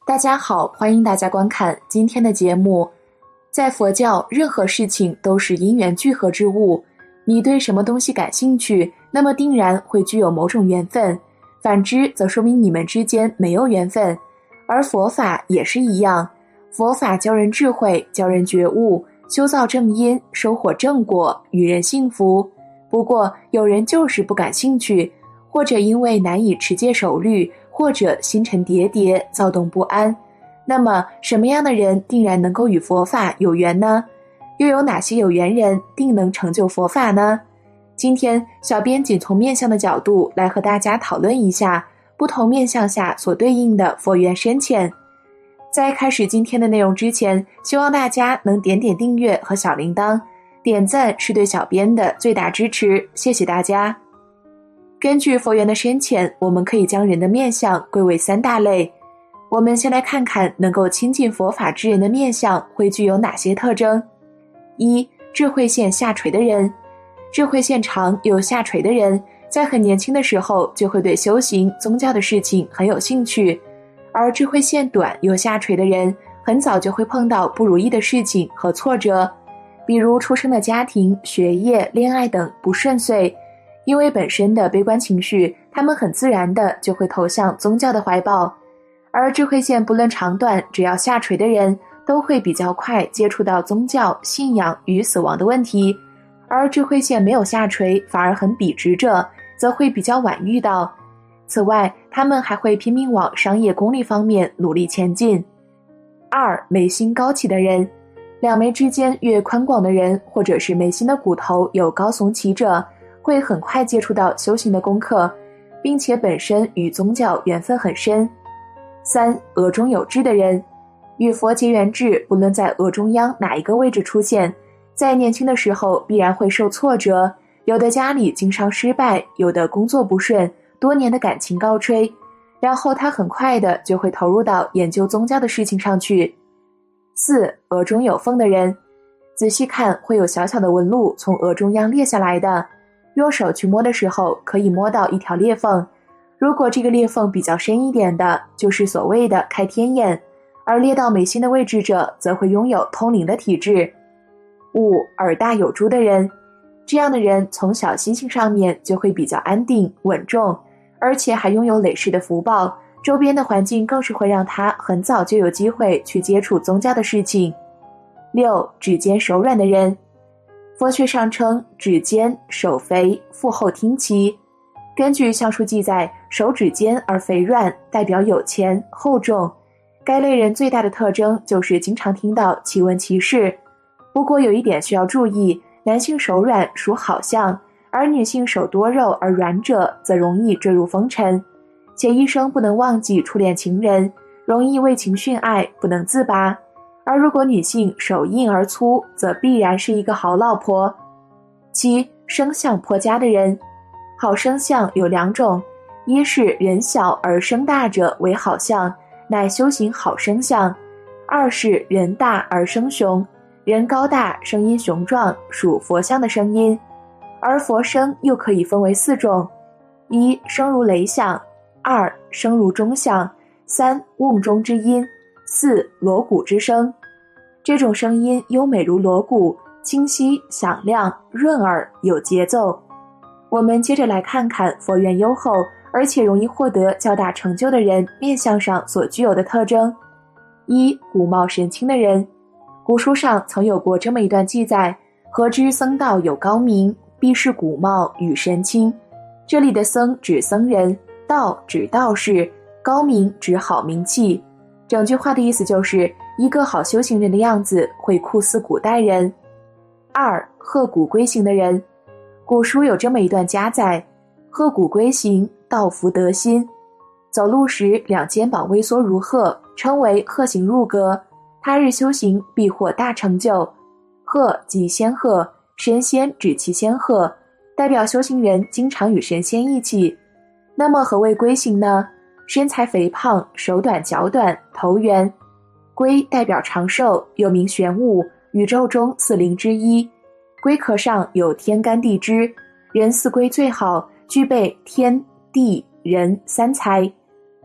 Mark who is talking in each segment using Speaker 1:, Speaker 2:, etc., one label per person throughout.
Speaker 1: 大家好，欢迎大家观看今天的节目。在佛教，任何事情都是因缘聚合之物，你对什么东西感兴趣，那么定然会具有某种缘分，反之则说明你们之间没有缘分。而佛法也是一样，佛法教人智慧，教人觉悟，修造正因，收获正果，与人幸福。不过有人就是不感兴趣，或者因为难以持戒守律，或者心沉叠叠，躁动不安。那么什么样的人定然能够与佛法有缘呢？又有哪些有缘人定能成就佛法呢？今天小编仅从面相的角度来和大家讨论一下不同面相下所对应的佛缘深浅。在开始今天的内容之前，希望大家能点点订阅和小铃铛，点赞是对小编的最大支持，谢谢大家。根据佛缘的深浅，我们可以将人的面相归为3大类。我们先来看看能够亲近佛法之人的面相会具有哪些特征。一、智慧线下垂的人。智慧线长有下垂的人，在很年轻的时候就会对修行宗教的事情很有兴趣，而智慧线短有下垂的人，很早就会碰到不如意的事情和挫折，比如出生的家庭、学业、恋爱等不顺遂。因为本身的悲观情绪，他们很自然的就会投向宗教的怀抱。而智慧线不论长短，只要下垂的人都会比较快接触到宗教、信仰与死亡的问题，而智慧线没有下垂反而很笔直者，则会比较晚遇到。此外，他们还会拼命往商业功利方面努力前进。2、眉心高起的人。两眉之间越宽广的人，或者是眉心的骨头有高耸起者，会很快接触到修行的功课，并且本身与宗教缘分很深。3、额中有痣的人。与佛结缘痣不论在额中央哪一个位置出现，在年轻的时候必然会受挫折，有的家里经商失败，有的工作不顺，多年的感情告吹，然后他很快的就会投入到研究宗教的事情上去。4、额中有缝的人。仔细看会有小小的纹路从额中央裂下来的，用手去摸的时候可以摸到一条裂缝，如果这个裂缝比较深一点的，就是所谓的开天眼，而裂到眉心的位置者则会拥有通灵的体质。5、耳大有珠的人。这样的人从小心性上面就会比较安定稳重，而且还拥有累世的福报，周边的环境更是会让他很早就有机会去接触宗教的事情。6、指尖手软的人。佛学上称指尖手肥腹厚听其，根据相书记载，手指尖而肥软代表有钱厚重，该类人最大的特征就是经常听到奇闻奇事。不过有一点需要注意，男性手软属好相，而女性手多肉而软者则容易坠入风尘，且一生不能忘记初恋情人，容易为情殉爱，不能自拔。而如果女性手硬而粗，则必然是一个好老婆。7、生相颇佳的人。好生相有2种，一是人小而生大者为好相，乃修行好生相；二是人大而生雄，人高大声音雄壮，属佛相的声音。而佛声又可以分为4种：一、声如雷响；二、声如钟响；三、瓮中之音；四、锣鼓之声。这种声音优美如锣鼓，清晰响亮，润耳有节奏。我们接着来看看佛缘优厚而且容易获得较大成就的人面相上所具有的特征。一、古貌神清的人。古书上曾有过这么一段记载：何知僧道有高明，必是古貌与神清。这里的僧指僧人，道指道士，高明指好名气。整句话的意思就是一个好修行人的样子会酷似古代人。2、鹤骨龟行的人。古书有这么一段加载：鹤骨龟行，道福得心。走路时两肩膀微缩如鹤，称为鹤行入阁，他日修行必获大成就。鹤即仙鹤，神仙指其仙鹤，代表修行人经常与神仙一起。那么何谓龟行呢？身材肥胖，手短脚短，头圆。龟代表长寿，又名玄武，宇宙中4灵之一。龟壳上有天干地支，人似龟最好，具备天地人3才。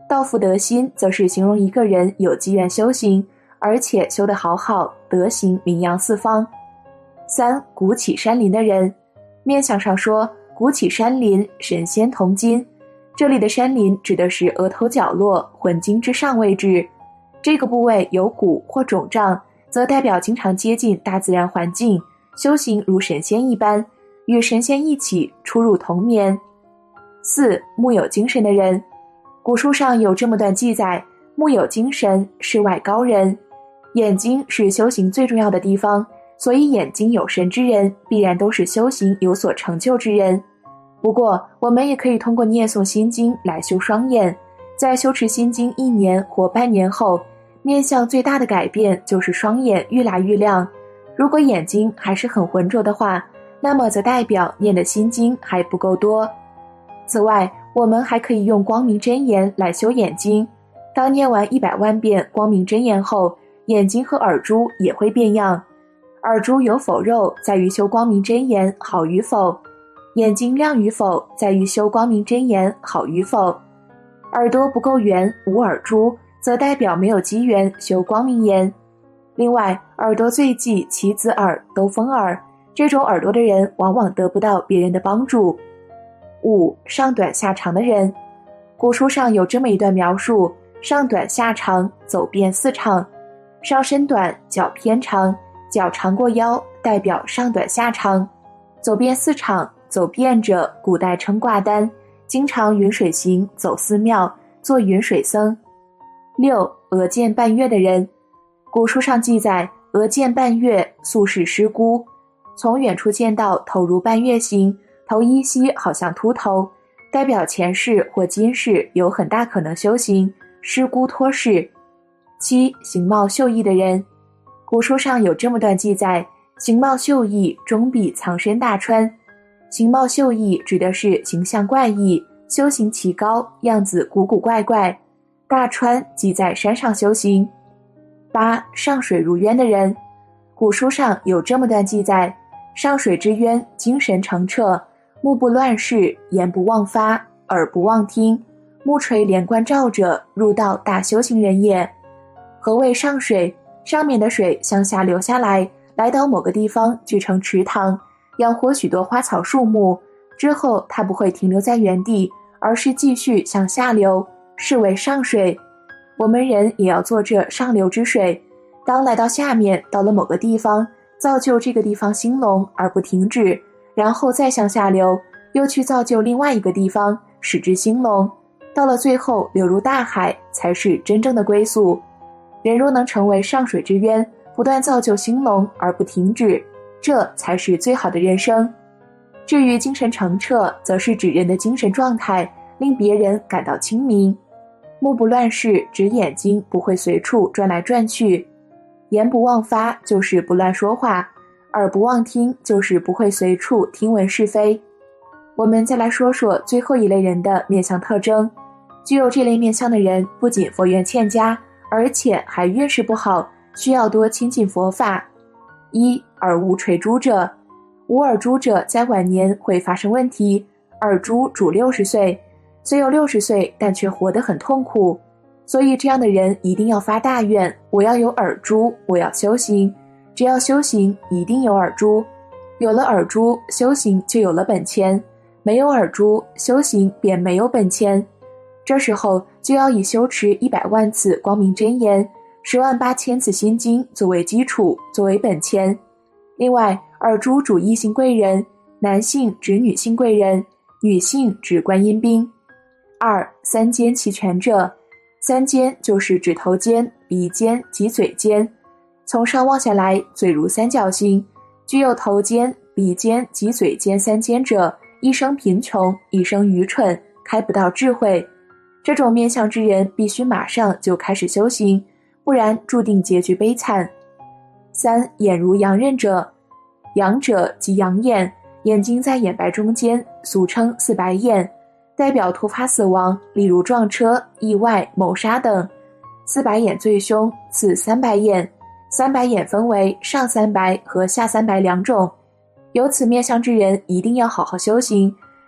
Speaker 1: 道福德心则是形容一个人有机缘修行，而且修得好好，德行名扬四方。3. 鼓起山林的人，面相上说，鼓起山林，神仙同金。这里的山林指的是额头角落魂经之上位置，这个部位有鼓或肿胀，则代表经常接近大自然环境，修行如神仙一般，与神仙一起出入同眠。4. 木有精神的人，古书上有这么段记载，木有精神，世外高人。眼睛是修行最重要的地方，所以眼睛有神之人必然都是修行有所成就之人。不过我们也可以通过念诵心经来修双眼，在修持心经1年或半年后，面相最大的改变就是双眼愈来愈亮。如果眼睛还是很浑浊的话，那么则代表念的心经还不够多。此外，我们还可以用光明真言来修眼睛。当念完100万遍光明真言后，眼睛和耳珠也会变样。耳珠有否肉，在于修光明真言好与否；眼睛亮与否，在于修光明真言好与否。耳朵不够圆，无耳珠，则代表没有机缘修光明言。另外，耳朵最忌棋子耳、兜风耳，这种耳朵的人往往得不到别人的帮助。5. 上短下长的人，古书上有这么一段描述，上短下长，走遍4场。上身短，脚偏长，脚长过腰，代表上短下长。走遍4场，走遍者古代称挂单，经常云水行，走寺庙，做云水僧。6. 额见半月的人，古书上记载，额见半月，素是尸孤。从远处见到头如半月形，头依稀好像秃头，代表前世或今世有很大可能修行，尸孤脱世。7. 形貌秀逸的人，古书上有这么段记载，形貌秀逸，终必藏身大川。形貌秀逸指的是形象怪异，修行奇高，样子古古怪怪。大川即在山上修行。8. 上水如渊的人，古书上有这么段记载，上水之渊，精神澄澈，目不乱视，言不忘发，耳不忘听，目垂连贯照者，入道大修行人也。何谓上水？上面的水向下流下来，来到某个地方聚成池塘，养活许多花草树木，之后它不会停留在原地，而是继续向下流，是为上水。我们人也要做这上流之水，当来到下面，到了某个地方，造就这个地方兴隆而不停止，然后再向下流，又去造就另外一个地方，使之兴隆，到了最后流入大海，才是真正的归宿。人若能成为上水之渊，不断造就兴隆而不停止，这才是最好的人生。至于精神澄澈，则是指人的精神状态令别人感到清明。目不乱视，指眼睛不会随处转来转去。言不忘发，就是不乱说话。耳不忘听，就是不会随处听闻是非。我们再来说说最后一类人的面相特征。具有这类面相的人，不仅佛缘欠佳，而且还运势不好，需要多亲近佛法。1. 耳无垂珠者，无耳珠者在晚年会发生问题。耳珠主60岁，虽有60岁，但却活得很痛苦。所以这样的人一定要发大愿，我要有耳珠，我要修行。只要修行，一定有耳珠。有了耳珠，修行就有了本钱；没有耳珠，修行便没有本钱。这时候就要以修持100万次光明真言，108000次心经作为基础，作为本钱。另外，耳珠主异性贵人，男性指女性贵人，女性指观音兵。2. 三尖齐全者，三尖就是指头尖、鼻尖及嘴尖，从上望下来，嘴如三角形。具有头尖、鼻尖及嘴尖三尖者，一生贫穷，一生愚蠢，开不到智慧。这种面相之人必须马上就开始修行，不然注定结局悲惨。3. 眼如羊刃者，羊者即羊眼，眼睛在眼白中间，俗称四白眼，代表突发死亡，例如撞车、意外、谋杀等。四白眼最凶，次三白眼。三白眼分为上三白和下三白两种。有此面相之人一定要好好修行，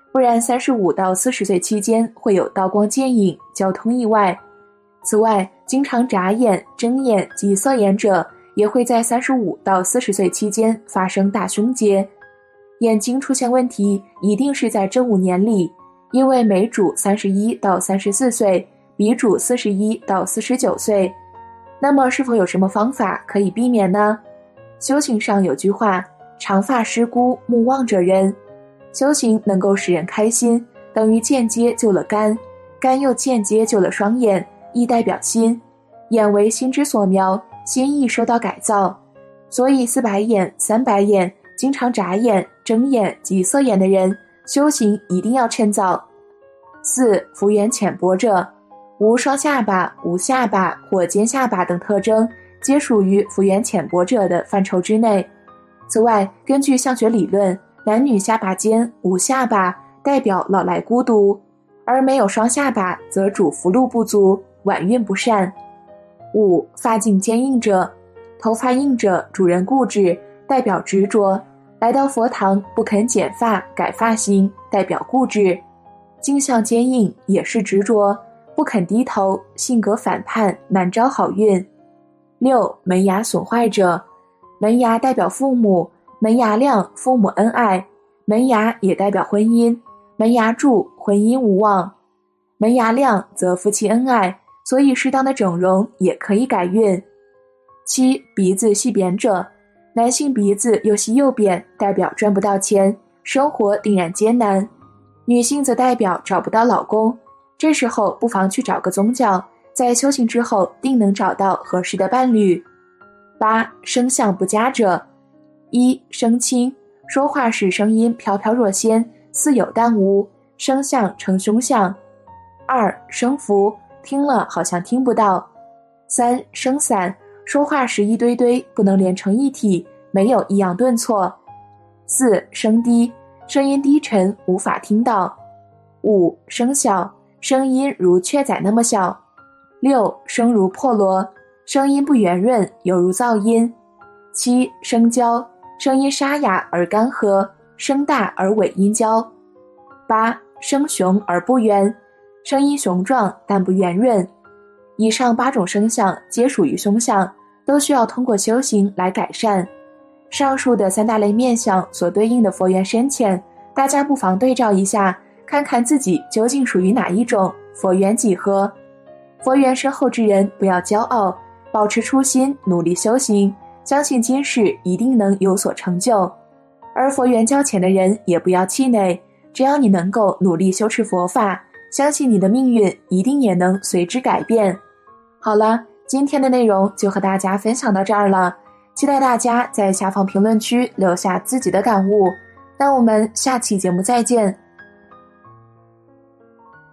Speaker 1: 不然35到40岁期间会有刀光剑影、交通意外。此外，经常眨眼、睁眼及色眼者也会在35到40岁期间发生大胸结。眼睛出现问题一定是在这5年里，因为眉主31到34岁，鼻主41到49岁。那么是否有什么方法可以避免呢？修行上有句话，长发失孤，目望者人。修行能够使人开心，等于间接救了肝，肝又间接救了双眼，亦代表心。眼为心之所描，心亦受到改造。所以4白眼、3白眼、经常眨眼、睁眼及色眼的人，修行一定要趁早。4. 幅员浅薄者，无双下巴、无下巴或尖下巴等特征，皆属于幅员浅薄者的范畴之内。此外，根据相学理论，男女下巴尖、无下巴代表老来孤独，而没有双下巴则主福禄不足，晚运不善。5. 发颈坚硬者，头发硬者主人固执，代表执着，来到佛堂不肯剪发改发型，代表固执。颈项坚硬也是执着，不肯低头，性格反叛，难招好运。6. 门牙损坏者，门牙代表父母，门牙亮父母恩爱，门牙也代表婚姻，门牙蛀婚姻无望，门牙亮则夫妻恩爱，所以适当的整容也可以改运。7. 鼻子细扁者，男性鼻子又细又扁，代表赚不到钱，生活定然艰难。女性则代表找不到老公，这时候不妨去找个宗教，在修行之后定能找到合适的伴侣。8. 声相不佳者，1. 声轻，说话时声音飘飘若仙，似有但无，声相成凶相。2. 声浮，听了好像听不到。3. 声散，说话时一堆堆，不能连成一体，没有抑扬顿挫。4. 声低，声音低沉，无法听到。5. 声小，声音如雀仔那么小。6. 声如破锣，声音不圆润，犹如噪音。7. 声娇，声音沙哑而干涸，声大而尾音娇。8. 声雄而不圆，声音雄壮但不圆润。以上8种声相皆属于凶相，都需要通过修行来改善。上述的3大类面相所对应的佛缘深浅，大家不妨对照一下，看看自己究竟属于哪一种，佛缘几何。佛缘深厚之人不要骄傲，保持初心，努力修行，相信今世一定能有所成就。而佛缘较浅的人也不要气馁，只要你能够努力修持佛法，相信你的命运一定也能随之改变。好了，今天的内容就和大家分享到这儿了，期待大家在下方评论区留下自己的感悟。那我们下期节目再见，